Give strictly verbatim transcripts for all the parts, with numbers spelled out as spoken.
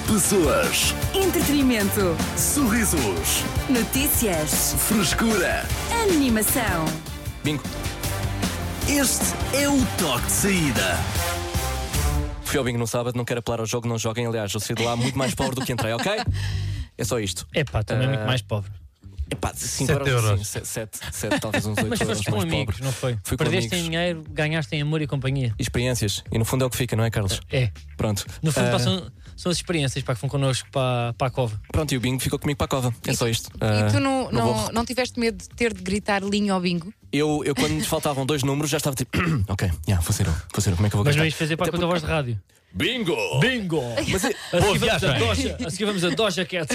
Pessoas, Entretenimento. sorrisos, Notícias. frescura. Animação. Bingo. Este é o toque de saída. Fui ao bingo no sábado, não quero apelar ao jogo, não joguem. Aliás, eu saí de lá muito mais pobre do que entrei, ok? É só isto. É pá, também Ah, muito mais pobre. Epá, cinco Sete euros. Sim, sete, sete, talvez uns oito Mas euros foste com mais amigos, pobre. não foi? Fui com Perdeste em amigos. dinheiro, ganhaste em amor e companhia. E experiências. E no fundo é o que fica, não é, Carlos? É. Pronto. No fundo, Ah, pá, são, são as experiências para que vão connosco para, para a cova. Pronto, e o bingo ficou comigo para a cova. É só isto. Ah, E tu não, não vou não, não tiveste medo de ter de gritar linha ao bingo? Eu, eu, quando faltavam dois números, já estava tipo, ok, yeah, vou ser eu, vou ser eu, como é que eu vou Mas gastar? não ias fazer para Até a tua voz de rádio. Bingo! Bingo! Mas é- A seguir vamos a Doja, a seguir vamos a Doja Cat.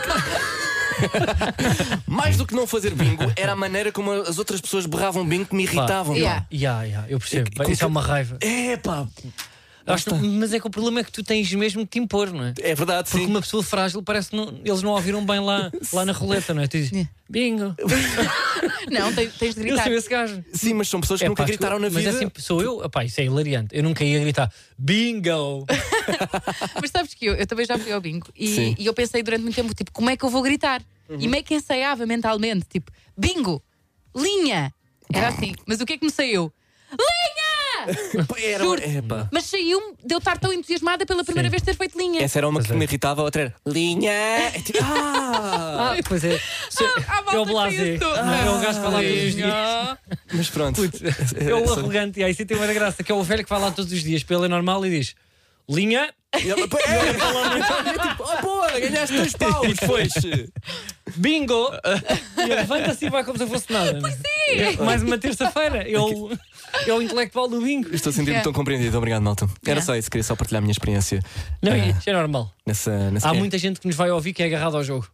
mais do que não fazer bingo, era a maneira como as outras pessoas berravam bingo que me irritavam. pá. Yeah. Ya, ya, eu percebo. É que- Isso é uma raiva. É pá, Acho que- mas é que o problema é que tu tens mesmo de te impor, não é? é verdade, Porque sim. uma pessoa frágil parece que não- eles não ouviram bem lá, lá na roleta, não é? Tu dizes, Yeah. bingo! Não, tens, tens de Eu gritar. sou esse gajo. Sim, mas são pessoas que É, nunca pá, gritaram na mas vida. é sempre, sou eu? Epá, isso é hilariante. Eu nunca ia gritar bingo! Mas sabes que eu, eu também já fui ao bingo Sim. e, e eu pensei durante muito tempo, tipo, como é que eu vou gritar? Uhum. E meio que ensaiava mentalmente, tipo, bingo, linha. Era assim, mas o que é que me saiu? Linha! Era, Juro. é, pá. Mas saiu-me de eu estar tão entusiasmada pela primeira Sim. vez de ter feito linha. Essa era uma que Pois é. me irritava, a outra era linha. É tipo, ah! Ah, pois é. Se- Ah, a é o malta Blasé. que fez isso. Não, é o gajo que vai lá todos os dias. Mas pronto. É o arrogante. E aí, isso tem uma graça. Que é o velho que vai lá todos os dias para ele é normal e diz linha. E ela- é, é tipo, ah, boa, ganhaste dois paus. E depois bingo! E ele levanta-se e vai como se fosse nada. Pois sim! Mais uma terça-feira. É o, é o intelectual do bingo. Estou a sentir-me Yeah. tão compreendido, obrigado, malta. Era Yeah. só isso, queria só partilhar a minha experiência Não, ah, isso é normal. nessa, nessa Há é. muita gente que nos vai ouvir que é agarrado ao jogo.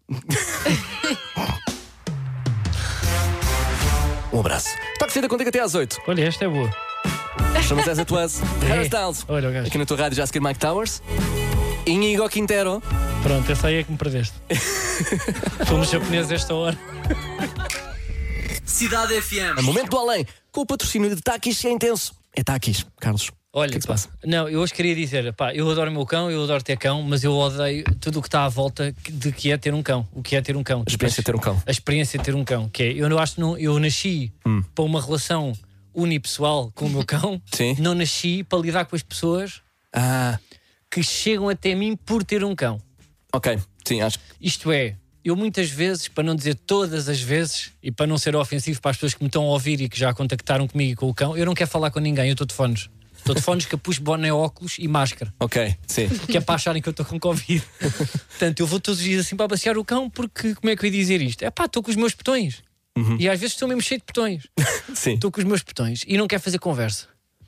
Um abraço. Toque de saída contigo até às oito. Olha, esta é boa. Chama-se As It Was. Harry Styles. Olha o gajo. Aqui na tua rádio já a seguir Mike Towers. Inigo Quintero. Pronto, essa aí é que me perdeste. Fomos japoneses esta hora. Cidade F M. A momento do além. Com o patrocínio de Takis é intenso. É Takis, Carlos. Olha, O que é que se pá, passa? não, eu hoje queria dizer, pá, eu adoro o meu cão, eu adoro ter cão, mas eu odeio tudo o que está à volta de que é ter um cão. O que é ter um cão? A experiência de ter um cão. A experiência de ter um cão, que é, eu não acho que não, eu nasci Hum. para uma relação unipessoal com o meu cão, Sim. não nasci para lidar com as pessoas Ah, que chegam até mim por ter um cão. ok. Sim, acho que. Isto é, eu muitas vezes, para não dizer todas as vezes, e para não ser ofensivo para as pessoas que me estão a ouvir e que já contactaram comigo e com o cão, eu não quero falar com ninguém, eu estou de fones. Estou de fones, capuz, boné, óculos e máscara. Ok, sim. Que é para acharem que eu estou com Covid. Portanto, eu vou todos os dias assim para passear o cão, porque como é que eu ia dizer isto? É pá, estou com os meus botões. E às vezes estou mesmo cheio de botões. Sim. Estou com os meus botões e não quero fazer conversa.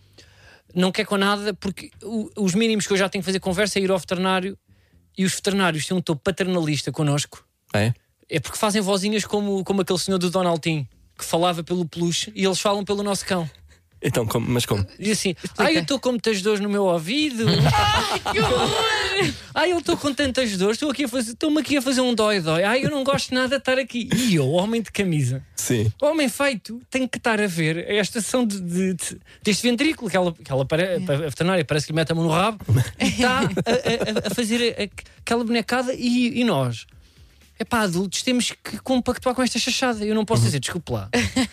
Não quero com nada, porque o- os mínimos que eu já tenho que fazer conversa é ir ao veterinário, e os veterinários têm um tom paternalista connosco. É? É porque fazem vozinhas como, como aquele senhor do Donaldinho, que falava pelo peluche e eles falam pelo nosso cão. Então, como, mas como? Diz assim: ai, eu estou com muitas dores no meu ouvido. Que horror! Ai, eu estou com tantas dores, estou aqui a fazer, estou-me aqui a fazer um dói-dói. Ai, eu não gosto nada de estar aqui. E eu, homem de camisa, Sim. homem feito, tenho que estar a ver esta sessão de, de- de- deste ventrículo que ela, que ela pare, a veterinária parece que lhe mete a mão no rabo e está a, a- a fazer a- a- aquela bonecada e, e nós. Epá, adultos, temos que compactuar com esta chachada. Eu não posso dizer, desculpe lá.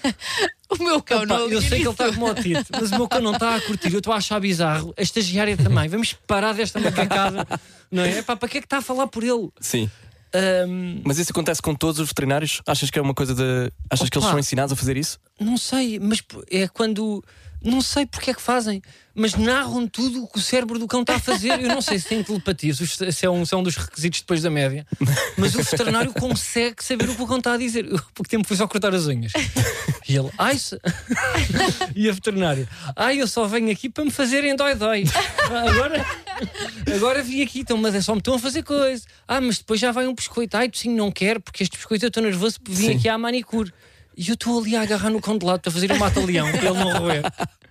O meu cão Epá, não eu sei que ele está nisso. como o Tito, mas o meu cão não está a curtir. Eu estou a achar bizarro. A estagiária também. Vamos parar desta macacada. Não é? Epá, para que é que está a falar por ele? Sim. Ahm, Mas isso acontece com todos os veterinários? Achas que é uma coisa de. Achas que eles Opa. são ensinados a fazer isso? não sei, mas p- é quando. Não sei porque é que fazem, mas narram tudo o que o cérebro do cão está a fazer. Eu não sei se tem telepatia, se isto- se é um, se é um dos requisitos depois da média, mas o veterinário consegue saber o que o cão está a dizer. Eu, há pouco tempo fui só cortar as unhas. E ele, ai, se... e a veterinária, ai, eu só venho aqui para me fazerem dói-dói. Agora, agora vim aqui, então, mas é só me estão a fazer coisa. Ah, mas depois já vai um biscoito. Ai, sim, não quero, porque este biscoito eu estou nervoso porque vim Sim. aqui à manicure. E eu estou ali a agarrar no cão de lado para fazer um mata-leão para ele não roer.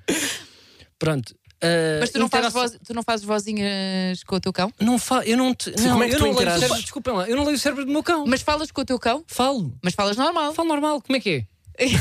Pronto. ah, Mas tu não, fazes interação- voz, tu não fazes vozinhas com o teu cão? Não fa... Eu não te... não, como é que eu tu não leio o interages? cérebro. Desculpem lá, eu não leio o cérebro do meu cão. Mas falas com o teu cão? Falo. Mas falas normal. Falo normal, como é que é?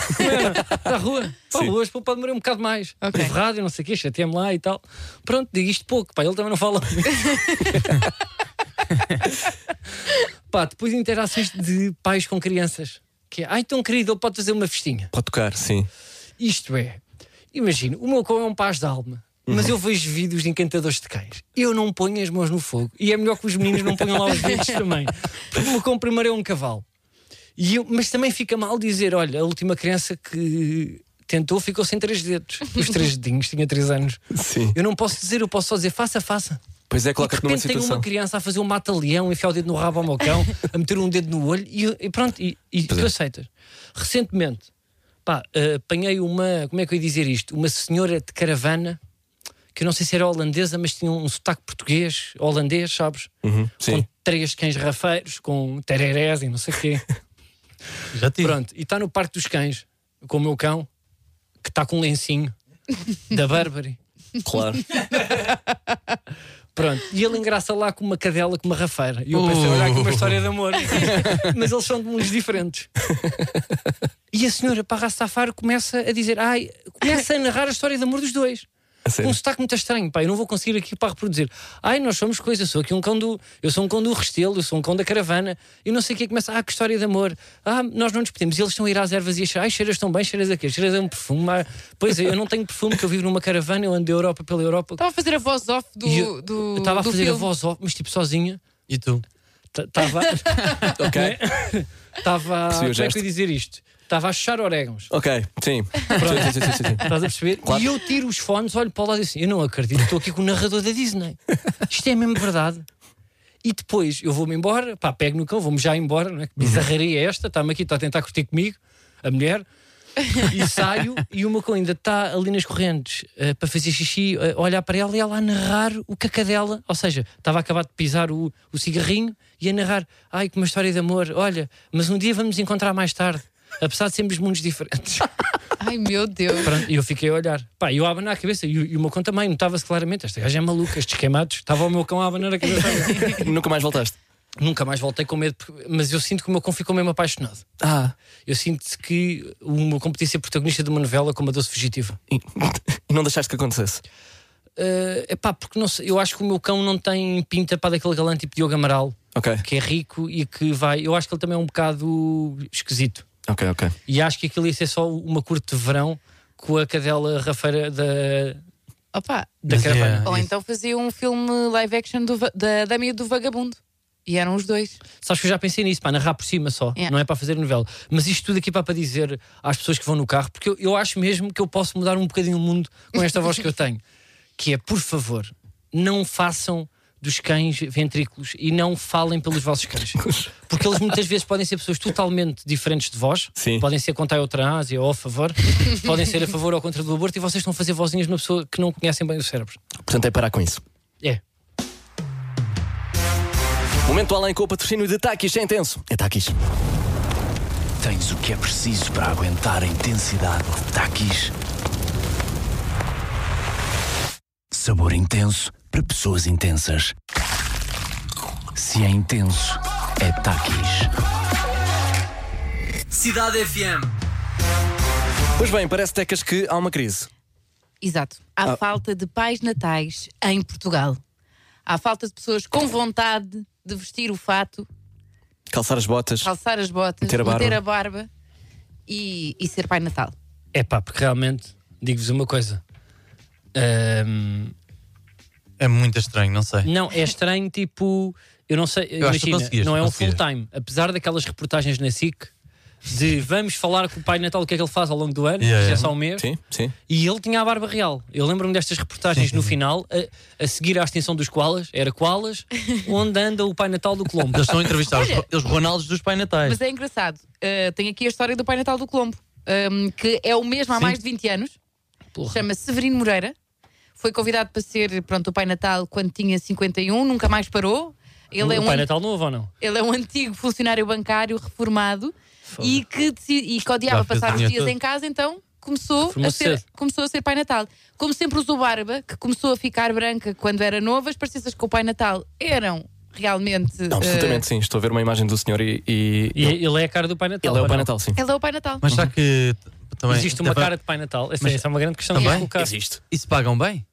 Na rua. Pá, Sim. hoje pode demorar um bocado mais. Ok. Teve rádio, não sei o quê, chateei-me lá e tal. Pronto, digo isto pouco, pá, ele também não fala. Pá, depois interações de pais com crianças. Que é, ai, tão querido, ele pode fazer uma festinha. Pode tocar, sim. Isto é, imagina, o meu cão é um paz de alma, mas eu vejo vídeos de encantadores de cães. Eu não ponho as mãos no fogo. E é melhor que os meninos não ponham lá os dedos também. Porque o meu cão primeiro é um cavalo. E eu, mas também fica mal dizer, olha, a última criança que tentou ficou sem três dedos. Os três dedinhos, tinha três anos. Sim. Eu não posso dizer, eu posso só dizer, faça, faça. Pois é, E de coloca-te numa repente tem situação. uma criança a fazer um mata-leão, enfiar o dedo no rabo ao meu cão, a meter um dedo no olho e, e pronto, e, e tu é. aceitas. Recentemente, pá, uh, apanhei uma, como é que eu ia dizer isto? Uma senhora de caravana, que eu não sei se era holandesa, mas tinha um sotaque português, holandês, sabes? Uhum, sim. Com três cães rafeiros, com tererés e não sei o quê. Já tive. Pronto, e está no Parque dos Cães, com o meu cão, que está com um lencinho da Burberry. Claro. Pronto, e ele engraça lá com uma cadela, com uma rafeira. E eu pensei, olha aqui uma história de amor. Mas eles são de mundos diferentes. E a senhora para Rastafari começa a dizer, ai, começa a narrar a história de amor dos dois. Um sotaque muito estranho, pá, eu não vou conseguir aqui para reproduzir. Ai, nós somos coisas, sou aqui um cão do. Eu sou um cão do Restelo, eu sou um cão da caravana, e não sei o que começa. Ah, que história de amor. Ah, nós não nos podemos. E eles estão a ir às ervas e a cheirar. Ai, cheiras tão bem, cheiras a quê? Cheiras a um perfume. Ah, pois é, eu não tenho perfume, que eu vivo numa caravana, eu ando da Europa pela Europa. Estava a fazer a voz off do. E eu do estava a do fazer filme. a voz off, mas tipo sozinha. E tu? Estava. Ok. Estava. Percebi o Como é que gesto. eu ia dizer isto? Estava a achar orégãos. Ok, sim. Sim, sim, sim, sim, sim. Estás a perceber? Claro. E eu tiro os fones, olho para o lado e digo assim: eu não acredito, estou aqui com o narrador da Disney. Isto é mesmo verdade. E depois eu vou-me embora, pá, pego no cão, vou-me já embora, não é? Que bizarraria é esta? Está-me aqui, está a tentar curtir comigo, a mulher. E saio e o meu cão ainda está ali nas correntes uh, para fazer xixi, uh, a olhar para ela e ela a narrar o cacadela. Ou seja, estava a acabar de pisar o, o cigarrinho e a narrar: ai, que uma história de amor, olha, mas um dia vamos nos encontrar mais tarde. Apesar de sermos mundos diferentes. Ai meu Deus. Pronto, e eu fiquei a olhar. Pá, eu a abanar a cabeça. E, o- e o meu cão também, notava-se claramente. Esta gaja é maluca, estes queimados. Estava o meu cão a abanar a cabeça. Nunca mais voltaste. Nunca mais voltei com medo, porque- mas eu sinto que o meu cão ficou mesmo apaixonado. Ah. Eu sinto que o meu cão podia ser protagonista de uma novela como a Doce Fugitiva. E e não deixaste que acontecesse. É pá, porque não sei, eu acho que o meu cão não tem pinta para daquele galã tipo Diogo Amaral, Ok, que é rico e que vai. Eu acho que ele também é um bocado esquisito. ok, ok. E acho que aquilo ia ser só uma curta de verão com a cadela rafeira da, Opa. da Mas caravana. é- Ou então fazia um filme live action do, va- da Dama e do Vagabundo. E eram os dois. Sabes que eu já pensei nisso, para narrar por cima só, Yeah. não é para fazer novela. Mas isto tudo aqui para, para dizer às pessoas que vão no carro, porque eu, eu acho mesmo que eu posso mudar um bocadinho o mundo com esta voz que eu tenho. Que é, por favor, não façam dos cães ventrículos e não falem pelos vossos cães. Porque eles muitas vezes podem ser pessoas totalmente diferentes de vós. Sim. Podem ser contra a eutanásia ou a favor. Podem ser a favor ou contra do aborto e vocês estão a fazer vozinhas de uma pessoa que não conhecem bem o cérebro. Portanto, é parar com isso. É. Momento além com o patrocínio de Takis, é intenso. É Takis. Tens o que é preciso para aguentar a intensidade de Takis. Sabor intenso para pessoas intensas. Se é intenso, é Takis. Cidade F M. Pois bem, parece, Tecas, que há uma crise. Exato. Há Ah. falta de pais natais em Portugal. Há falta de pessoas com vontade de vestir o fato, Calçar as botas. calçar as botas, Meter a barba. meter a barba e, e ser pai natal. É pá, porque realmente, digo-vos uma coisa. Ahm, É muito estranho, não sei. Não, é estranho, tipo, eu não sei, Eu acho que imagina, conseguias, não é um conseguias. full time, apesar daquelas reportagens na S I C de vamos falar com o Pai Natal o que é que ele faz ao longo do ano, Yeah, que é yeah. só um mês, Sim, sim. e ele tinha a barba real. Eu lembro-me destas reportagens no final, a, a seguir à extinção dos koalas, era koalas, onde anda o Pai Natal do Colombo. Eles estão a entrevistar os, Olha. os Ronaldos dos Pai Natais. Mas é engraçado. Uh, tem aqui a história do Pai Natal do Colombo, um, que é o mesmo há Sim. mais de vinte anos. Porra. Chama-se Severino Moreira. Foi convidado para ser, pronto, o Pai Natal quando tinha cinquenta e um, nunca mais parou. Ele é, o um, Pai Natal novo ou não? ele é um antigo funcionário bancário reformado e que, deci- e que odiava Já fez passar o os dinheiro dias todo. em casa, então começou a, Reformou-se ser, cedo. começou a ser Pai Natal. Como sempre usou barba, que começou a ficar branca quando era nova, as parecenças com o Pai Natal eram realmente. Não, absolutamente, sim. Estou a ver uma imagem do senhor e. e- E ele é a cara do Pai Natal. Ele é o ou Pai não? Natal, sim. uh, Ele é o Pai Natal. Mas já que t- também. Existe uma Deve- cara de Pai Natal? Essa, Mas- essa é uma grande questão Também? de colocar. Existe. Isso pagam bem?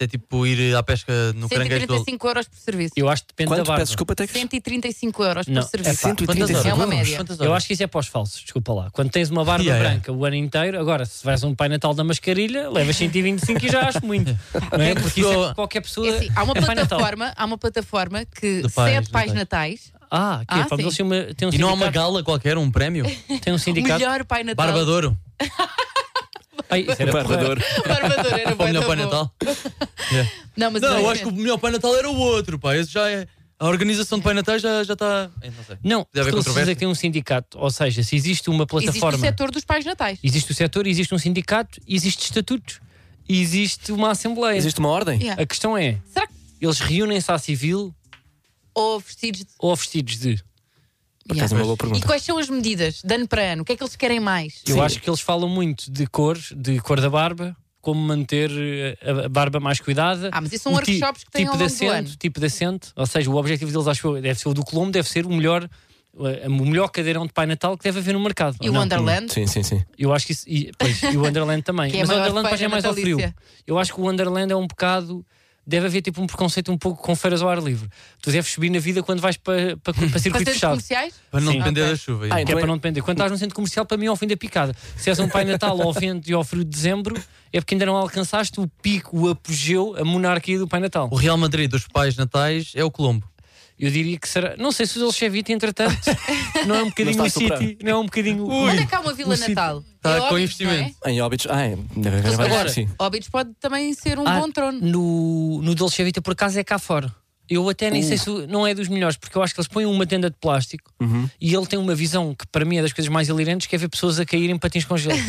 Isso é tipo ir à pesca no cento e caranguejo trinta do... e cinco euros por serviço. Eu acho que depende Quanto? da barba. Peço desculpa, até que. cento e trinta e cinco euros Não, por serviço. cento e trinta e cinco É uma euros? média. Quantas Eu horas? acho que isso é para os falsos, desculpa lá. Quando tens uma barba Yeah, yeah. branca o ano inteiro, agora se vais a um Pai Natal da mascarilha, levas cento e vinte e cinco e já acho muito. Não é? Porque isso é que qualquer pessoa. É assim, há uma é Pai Natal. plataforma, há uma plataforma que De pais sete pais natais. natais, Ah, que Ah, é, pá, sim. eles têm uma, tem um E não há uma sindicato. gala qualquer, um prémio? Tem um o sindicato. melhor pai natal. Barbadouro. Ai, isso era Barbador. Barbador era Para o bué melhor da Pai bom. Natal. Yeah. Não, mas Não, eu exatamente. acho que o melhor Pai Natal era o outro, pá. Esse já é. A organização de Pai Natal já, já está. Eu não sei. Não, Deve haver porque eles controvérsia. dizem que tem um sindicato. Ou seja, se existe uma Existe plataforma. o setor dos pais natais. Existe o setor, existe um sindicato, existe estatutos, existe uma assembleia. Existe uma ordem? Yeah. A questão é, Será que eles reúnem-se à civil ou vestidos de... ou vestidos de? Por acaso é uma boa E pergunta. quais são as medidas de ano para ano? O que é que eles querem mais? Eu Sim. acho que eles falam muito de cores, de cor da barba, como manter eh, a a barba mais cuidada. Ah, mas isso são O ti- workshops que têm tipo ao de longo do assento, ano. tipo de assento. Ou seja, o objetivo deles, acho eu, deve ser o do Colombo, deve ser o melhor, eh, o melhor cadeirão de Pai Natal que deve haver no mercado. E ou o não? Wonderland? Sim, sim, sim. Eu acho que isso. E, pois, e o Wonderland também. Que é a Mas o maior Wonderland depois é feira mais ao frio. natalícia. Eu acho que o Wonderland é um bocado. Deve haver tipo um preconceito um pouco com feiras ao ar livre. Tu deves subir na vida quando vais para, para, para circuito Para centros fechado. comerciais? Para não Sim. depender Ok. da chuva. Ah, yeah. Que é então para é- não depender. Quando estás no centro comercial, para mim é o fim da picada. Se és um Pai Natal ao vento e ao frio de dezembro, é porque ainda não alcançaste o pico, o apogeu, a monarquia do Pai Natal. O Real Madrid dos pais natais é o Colombo. Eu diria que será. Não sei se o Dolcevita, entretanto, não é um bocadinho Não o está a City, não é um bocadinho. Onde é que há uma Vila o sítio- Natal? Está É com Óbidos, não é? investimento. Em Óbidos. Ah, é. Deve haver vários. Agora, Sim. Óbidos pode também ser um Ah, bom trono. No, no Dolce Vita, por acaso, é cá fora. Eu até nem sei se o- não é dos melhores, porque eu acho que eles põem uma tenda de plástico e ele tem uma visão que para mim é das coisas mais hilariantes, que é ver pessoas a caírem em patins com gelo.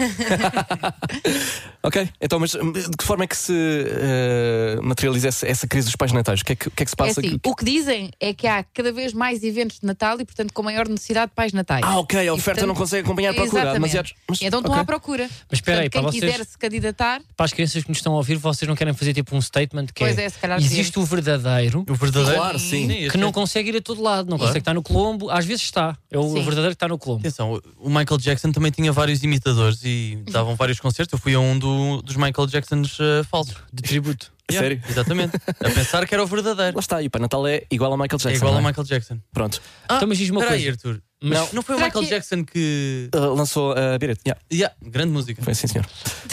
Ok, então, mas hum, de que forma é que se eh, materializa essa, essa crise dos pais natais? O que é que, o que, é que se É passa? assim, Que- o que dizem é que há cada vez mais eventos de Natal e, portanto, com maior necessidade de pais natais. Ah, ok, a E, oferta portanto, não consegue acompanhar a procura. Há Exatamente. demasiados. Mas, Então estão ok. à procura. Mas espera aí, Portanto, para quem vocês- quiser se candidatar, Para as crianças que nos estão a ouvir, vocês não querem fazer tipo um statement que Pois é, é, se calhar existe o verdadeiro O verdadeiro. Claro, sim. este que não é- consegue ir a todo lado, não Claro. consegue estar no Colombo, às vezes está. É o Sim. verdadeiro que está no Colombo. Atenção, o Michael Jackson também tinha vários imitadores e davam vários concertos. Eu fui a um do- dos Michael Jacksons eh, falsos. De tributo. Sério? Exatamente. A pensar que era o verdadeiro. Lá está, e o Pai Natal é igual a Michael Jackson. É igual não ao Michael Jackson. Pronto. Ah, Então, mas diz-me uma espera aí, coisa. Arthur. Mas- Não, não foi o Será Michael que- Jackson que. Uh, lançou a uh, Beat It. Yeah, Yeah, grande música. foi sim, senhor.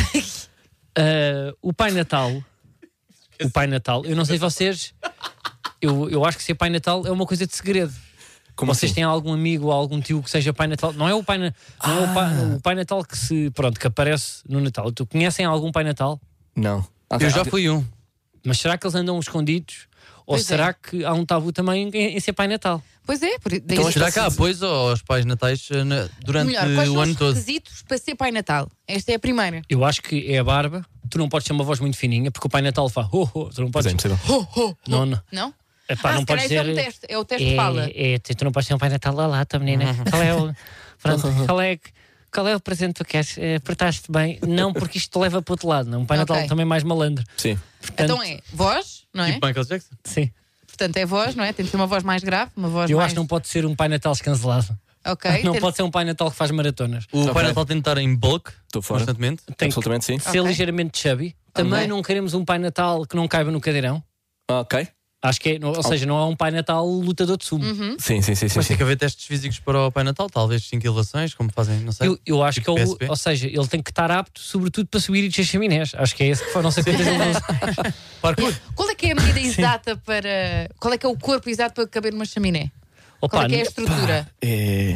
Ah, o Pai Natal, o Pai Natal, eu não sei vocês, eu, eu acho que ser Pai Natal é uma coisa de segredo. Como Vocês assim? têm algum amigo ou algum tio que seja Pai Natal? Não é o Pai, Na- não é o pai, o Pai Natal que se pronto que aparece no Natal. Tu conhecem algum Pai Natal? Não. Ah, Eu ah, já de- fui um. Mas será que eles andam escondidos? Ou Pois é. será que há um tabu também em, em ser Pai Natal? pois é, por, daí Então, se- Será que há apoios aos pais natais eh, na- durante melhor, quais o são ano os todo? requisitos para ser Pai Natal? Esta é a primeira. Eu acho que é a barba. Tu não podes ter uma voz muito fininha porque o Pai Natal faz. Oh, oh, tu não Pois é, podes. impossível. não, não. Não? Epá, ah, não se podes calhar isso dizer. é um teste. É o teste de fala. É, é, tu não podes ter um Pai Natal lá, lá, tá, menina. Qual é o. Pronto, qual é, qual é o presente que tu queres? Eh, Apertaste bem? Não, porque isto te leva para o outro lado. Não? Um Pai Ok. Natal também mais malandro. Sim. Portanto, Então é voz, não é? Tipo Michael Jackson? Sim. Portanto, é voz, não é? Tem de ter uma voz mais grave, uma voz Eu mais... acho que não pode ser um Pai Natal escancelado. Ok. Não tem- pode ser um Pai Natal que faz maratonas. O Ok. Pai Natal tem de estar em bulk Estou fora. constantemente. Tem que Absolutamente sim. ser Ok. ligeiramente chubby. Também Ok. não queremos um Pai Natal que não caiba no cadeirão. Ok. Acho que é, não- ou seja, não é um Pai Natal lutador de sumo. Uhum. Sim, sim, sim, sim. Mas sim. tem que haver testes físicos para o Pai Natal, talvez cinco elevações, como fazem, não sei. Eu, eu acho Tipo que é o, P S P. ou seja, ele tem que estar apto, sobretudo para subir e descer chaminés. Acho que é esse que foi, não sei quantas elevações. Parkour. Qual é que é a medida exata para... Qual é que é o corpo exato para caber numa chaminé? Opa, Qual é que é a estrutura? É...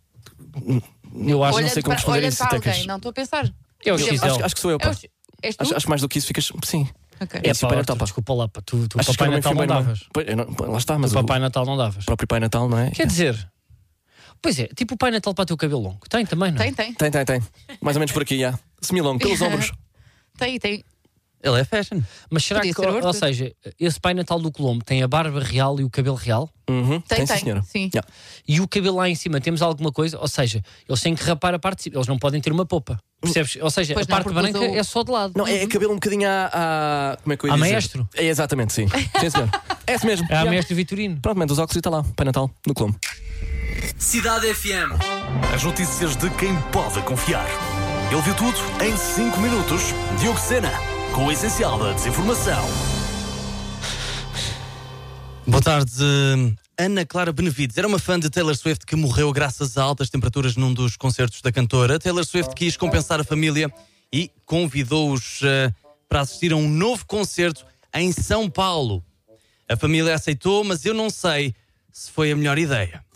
eu acho, não sei como para, responder olhando isso, para Tecas. alguém. Não, estou a pensar. é o Por exemplo, X L. Acho, acho que sou eu, É pá. o- És tu? Acho, acho mais do que isso, ficas. Sim. Ok. É É esse pá, Pai Arthur, Natal, pá. desculpa lá, pá. Tu, tu Achas para que Pai eu não me Natal fui não bem, davas. Pois, eu não- lá está, mas Tu o para Pai Natal não davas. próprio Pai Natal, não é? Quer dizer, pois é, tipo o Pai Natal para ter o cabelo longo. Tem também, não é? Tem, tem. Tem, tem, tem. Mais ou menos por aqui, já. Semilongo, pelos ombros. Tem, tem. Ele é fashion. Mas será Podia que, ser o ou, ou Arthur. seja, esse Pai Natal do Colombo tem a barba real e o cabelo real? Uhum. Tem, Tem, sim, tem. senhora. Sim. Já. E o cabelo lá em cima, temos alguma coisa? Ou seja, eles têm que rapar a parte de cima, eles não podem ter uma popa. Percebes? Ou seja, Pois a não, parte porque branca usou- é só de lado. Não, é cabelo um bocadinho a. a- como é que eu ia A dizer? maestro? É exatamente, sim. Sim, senhor. É esse mesmo. É a Já. mestre Vitorino. Pronto, mete os óculos e está lá. Pai Natal, no Colombo. Cidade F M. As notícias de quem pode confiar. Ele viu tudo em cinco minutos. Diogo Sena, com o essencial da desinformação. Boa tarde, Ana Clara Benevides. Era uma fã de Taylor Swift que morreu graças a altas temperaturas num dos concertos da cantora. Taylor Swift quis compensar a família e convidou-os uh, para assistir a um novo concerto em São Paulo. A família aceitou, mas eu não sei se foi a melhor ideia.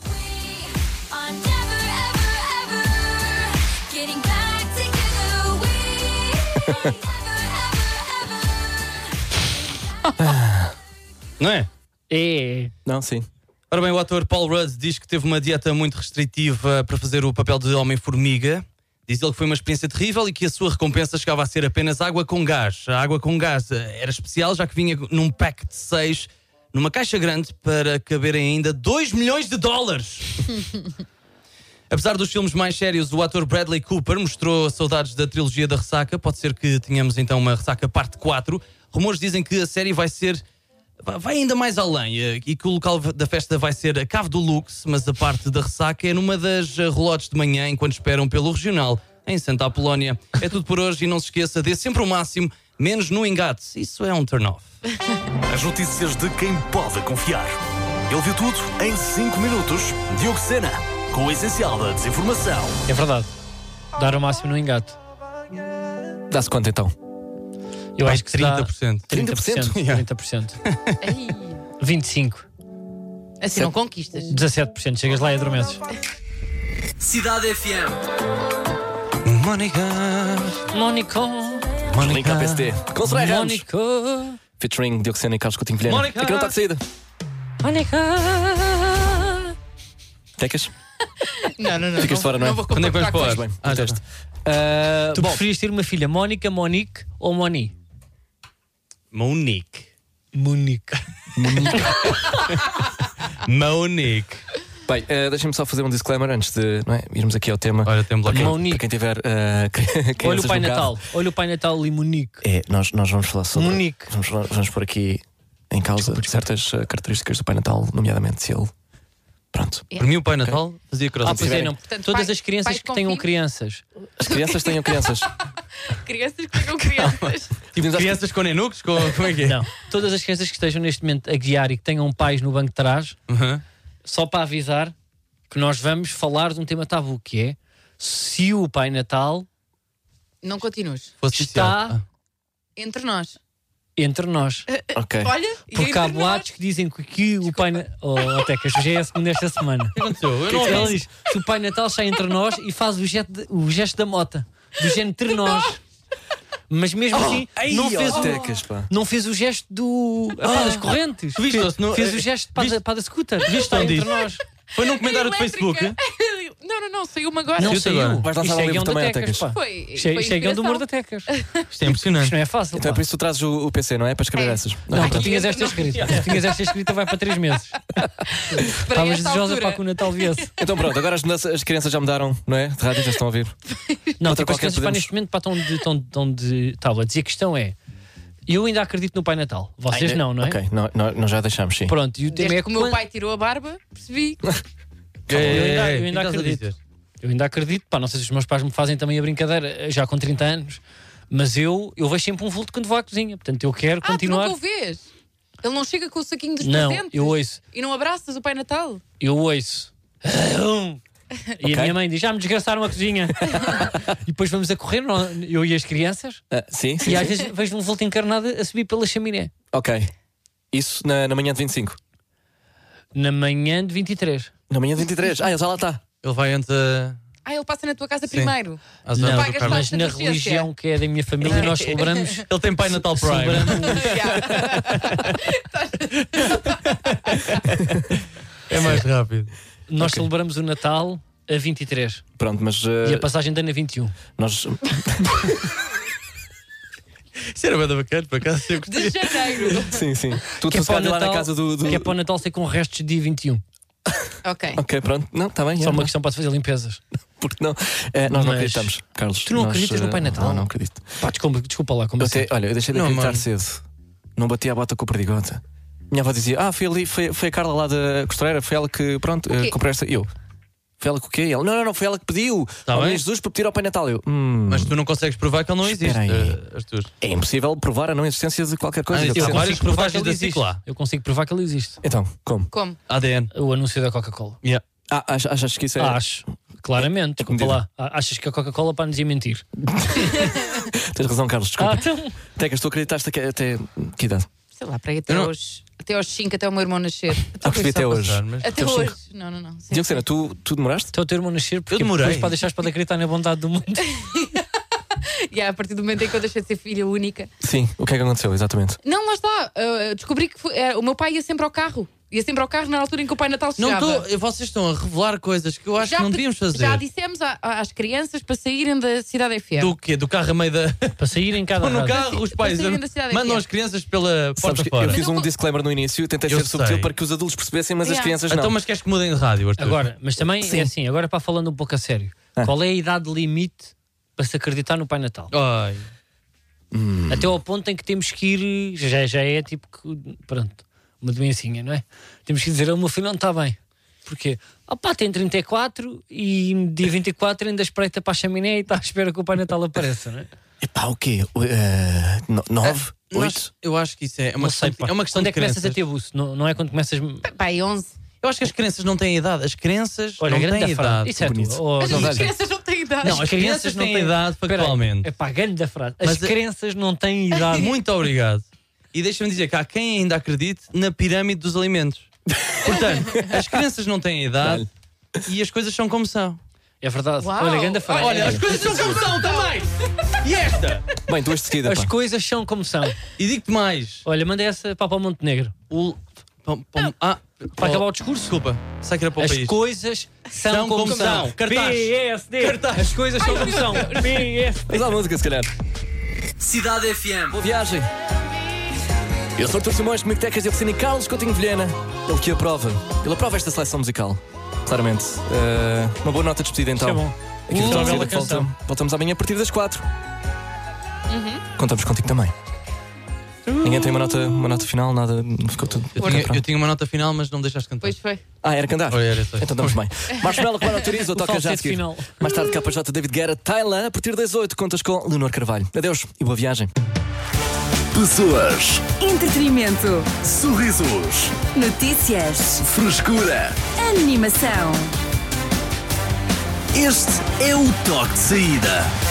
Não é? É. Não, sim. Ora bem, o ator Paul Rudd diz que teve uma dieta muito restritiva para fazer o papel de Homem-Formiga. Diz ele que foi uma experiência terrível e que a sua recompensa chegava a ser apenas água com gás. A água com gás era especial, já que vinha num pack de seis, numa caixa grande, para caberem ainda dois milhões de dólares. Apesar dos filmes mais sérios, o ator Bradley Cooper mostrou saudades da trilogia da Ressaca. Pode ser que tenhamos então uma Ressaca parte quatro. Rumores dizem que a série vai ser... vai ainda mais além e que o local da festa vai ser a Cave do Lux, mas a parte da Ressaca é numa das relotes de manhã enquanto esperam pelo regional em Santa Apolónia. É tudo por hoje e não se esqueça, dê sempre o máximo, menos no engate. Isso é um turn-off. As notícias de quem pode confiar. Ele viu tudo em cinco minutos. Diogo Sena, com o essencial da desinformação. É verdade. Dar o máximo no engate. Dá-se quanto então? Eu acho que se dá trinta por cento. trinta por cento. trinta por cento. Ai, vinte e cinco por cento. assim não conquistas. dezassete por cento. Chegas lá e adormeces. Cidade F M. Mónica. Mónica. Link à P S T. Com Soraya Ramos. Mónica. Featuring Diogo Sena e Carlos Coutinho Vilhena. Mónica. Aqui não está de saída. Mónica. Tecas? Não, não, não. Ficas não, fora, não é? Não vou Quando é que vais compactar para com o isto. ar? Bem, Ah, já teste. Uh, Tu bom, preferias ter uma filha Mónica, Monique ou Moni? Monique. Monique. Monique. bem uh, deixem-me só fazer um disclaimer antes de não é, irmos aqui ao tema. Olha, temos lá Para quem, Monique. para quem tiver uh, crianças Olha o Pai no carro. Natal. Olha o Pai Natal e Monique. É, nós, nós vamos falar sobre. Monique. Vamos, vamos pôr aqui em causa certas uh, características do Pai Natal, nomeadamente se ele. Pronto. Para mim o Pai Natal fazia Ah, crossfit. pois é, tiverem- não. Portanto, Todas pai- as crianças pais que com tenham filhos. crianças. As crianças tenham crianças. Crianças que tenham crianças. Tipo, Crianças com nenucos? Com, como é que é? Não. Todas as crianças que estejam neste momento a guiar e que tenham pais no banco de trás, Uhum. só para avisar que nós vamos falar de um tema tabu, que é se o Pai Natal Não continues. Fosse está oficial. Entre nós. entre nós. ok. Olha, e Porque há entre boatos que dizem que, que o Pai Natal. Oh, oh, Tecas, já é a segunda esta semana. O que aconteceu? Eu não Ela ouvi. diz que o Pai Natal está entre nós e faz o gesto, de- o gesto da mota, do género entre nós. Mas mesmo assim, não, fez o, Tecas, pá. não fez o gesto do. Ah, das correntes. Tu viste fez, isso? No- fez o gesto para, viste- da, para da scooter. viste Está onde entre isso? nós. Foi num comentário do Elétrica. Facebook. Não, não, não, saiu-me agora. Não Saiu-te agora. saiu. Vais lançar Isto um é livro guião da também, Tecas, Tecas. pá. Foi, Isto é, foi isto é guião do humor inspiração. da Tecas. Isto é impressionante. Isto não é fácil. Então é pá. por isso que tu trazes o, o P C, não é? Para escrever É. essas. Não, Ok. tu tinhas esta escrita. Tu tinhas esta escrita, vai para três meses. Para Estavas esta desejosa altura. para que o Natal viesse. Então pronto, agora as, mudanças- as crianças já mudaram, não é? De rádio já estão a ouvir. Não, Outra tipo, as qualquer crianças para podemos- neste momento para estão de, estão, estão de tablets. E a questão é: eu ainda acredito no Pai Natal. Vocês não, não é? Ok, nó- nó- nós já deixamos, sim. Pronto, e o tema Desde é que o meu quando- pai tirou a barba, percebi. Eu ainda, eu É, ainda o que estás a acredito. dizer? Eu ainda acredito. Pá, não sei se os meus pais me fazem também a brincadeira, já com trinta anos, mas eu, eu vejo sempre um vulto quando vou à cozinha. Portanto, eu quero Ah, tu continuar. nunca o vês? Ele não chega com o saquinho dos Não, presentes? eu ouço. E não abraças o Pai Natal? Eu ouço. E Ok. a minha mãe diz: já me desgraçaram a cozinha. E depois vamos a correr, não- eu e as crianças, Ah, sim, sim. e às sim. vezes vejo um vulto encarnado a subir pela chaminé. Ok. Isso na, na manhã de vinte e cinco. Na manhã de vinte e três. Na manhã de vinte e três. Ah, ele já lá está. Ele vai antes a... Ah, ele passa na tua casa Sim. primeiro. à zona Não, do pagas Carlos. mas na adolescência. religião que é da minha família, nós celebramos. Ele tem Pai Natal Prime. celebramos É mais rápido. nós celebramos o Natal a vinte e três Pronto, mas e a uh, passagem de ano a vinte e um. nós. Isso era bem bacana, por acaso. Eu gostei. De janeiro. Sim, sim. Tu Que é, te para o lá na Natal, casa do. do- que é para o Natal ser com restos de dia vinte e um. Ok. Ok, pronto. Não, está bem. Só é, uma não. questão para se fazer limpezas. Porque não? É, nós não Mas- acreditamos, Carlos. Tu não Nós, acreditas no uh, Pai Natal? Não, não acredito. Pá, desculpa, desculpa lá, como Eu assim? até, olha, eu deixei de Não, acreditar mano. cedo. Não bati a bota com o perdigota. Minha avó dizia: Ah, foi ali, foi, foi a Carla lá da costureira, foi ela que, pronto, quê? uh, comprou esta. E eu. Foi ela que o quê? Ele, não, não, não, foi ela que pediu Tá ao bem. menino Jesus para pedir ao Pai Natal. Eu, hum, Mas tu não consegues provar que ele não existe. Espera aí. eh, Arthur. é impossível provar a não existência de qualquer coisa. Ah, Eu isso é percebo. várias provar provagens que ele da existe. Ciclá. Eu consigo provar que ele existe. Então, como? Como? A D N. O anúncio da Coca-Cola. Yeah. Ah, achas, achas que isso é. Acho. Claramente. É Desculpa comida. lá. Ah, Achas que a Coca-Cola para nos ia mentir? Tens razão, Carlos, desculpa. Ah, então. Tecas, tu acreditaste até, até que idade? Sei lá, para aí até Eu não- aos até aos cinco, até o meu irmão nascer. Ah, percebi até hoje. Passar, mas- Até aos hoje. Não, não, não. Sim, Diogo sim. Sena, tu, tu demoraste? Então o teu irmão nascer porque Eu demorei. depois para deixares para acreditar na bondade do mundo. E a partir do momento em que eu deixei de ser filha única. Sim, o que é que aconteceu, exatamente? Não, lá está. Uh, descobri que foi- eh, o meu pai ia sempre ao carro. Ia sempre ao carro na altura em que o Pai Natal Não chegava. tô, vocês estão a revelar coisas que eu acho que não pe- devíamos fazer. Já dissemos a- a- às crianças para saírem da Cidade F M. Do quê? Do carro a meio da. Para sair em cada Ou no rádio. carro, os pais Para saírem da cidade mandam aqui. as crianças pela Sabes porta que fora. eu fiz Não um co- disclaimer no início e tentei Eu ser subtil sei. para que os adultos percebessem, mas as Yeah. crianças não. Então, mas queres que mudem de rádio, Arthur? Agora, mas também Sim. é assim, agora para falando um pouco a sério. Ah. Qual é a idade limite para se acreditar no Pai Natal? Ai. Até ao ponto em que temos que ir, já, já é tipo que, pronto, uma doencinha, não é? Temos que dizer, o meu filho não está bem. Porquê? Opá, tem trinta e quatro e dia vinte e quatro ainda espreita para a chaminé e está à espera que o Pai Natal apareça, não é? Epá, o quê? Uh, no- nove? Nós- Oito? eu acho que isso é uma Não questão, sei, pá. é uma questão Quando de é que começas crenças. a ter buço? Não, não é quando começas. Pai, onze. Eu acho que as crianças não têm idade. As crianças Olha, não grande têm frase. idade. Isso é Bonito. tu. Oh, As não, dá as jeito. crianças não têm idade. Não, as crianças não têm têm- idade factualmente. É pá, grande da frase. As Mas é- crianças não têm idade. Muito obrigado. E deixa-me dizer que há quem ainda acredite na pirâmide dos alimentos. Portanto, as crianças não têm idade e as coisas são como são. É verdade. Uau. Olha, grande frase. Olha, as coisas são como são também! E esta? Bem, duas de seguida, As pá. coisas são como são. E digo-te mais. Olha, manda essa para o Montenegro. O... pom- pom- Ah, Para acabar oh, o discurso. Desculpa, sei que era para o As país. coisas são, São como, como são. são. Cartaz. P S D. Cartaz. As coisas são como são. P S D. Mas há música, se calhar. Cidade F M. Boa viagem. Eu sou Artur Simões, comigo Tecas de Oficina e Carlos Coutinho Vilhena. Ele que aprova. Ele aprova esta seleção musical. Claramente. Uh, uma boa nota de despedida então. Isso é bom. Aqui Uh, no bela Despedida, canção. volta- voltamos amanhã a partir das quatro. Contamos contigo também. Ninguém tem uma nota, uma nota final, nada. Ficou tudo. Eu tinha, eu tinha uma nota final, mas não me deixaste cantar. Pois foi. Ah, era cantar? Olha, era isso aí. Então estamos bem. Marshmallow para autoriza, toca já a falsete seguir. final. Mais tarde, K J David Guerra, Thailand, a partir das oito, contas com Leonor Carvalho. Adeus e boa viagem. Pessoas, Entretenimento. sorrisos, Notícias. frescura. Animação. Este é o toque de saída.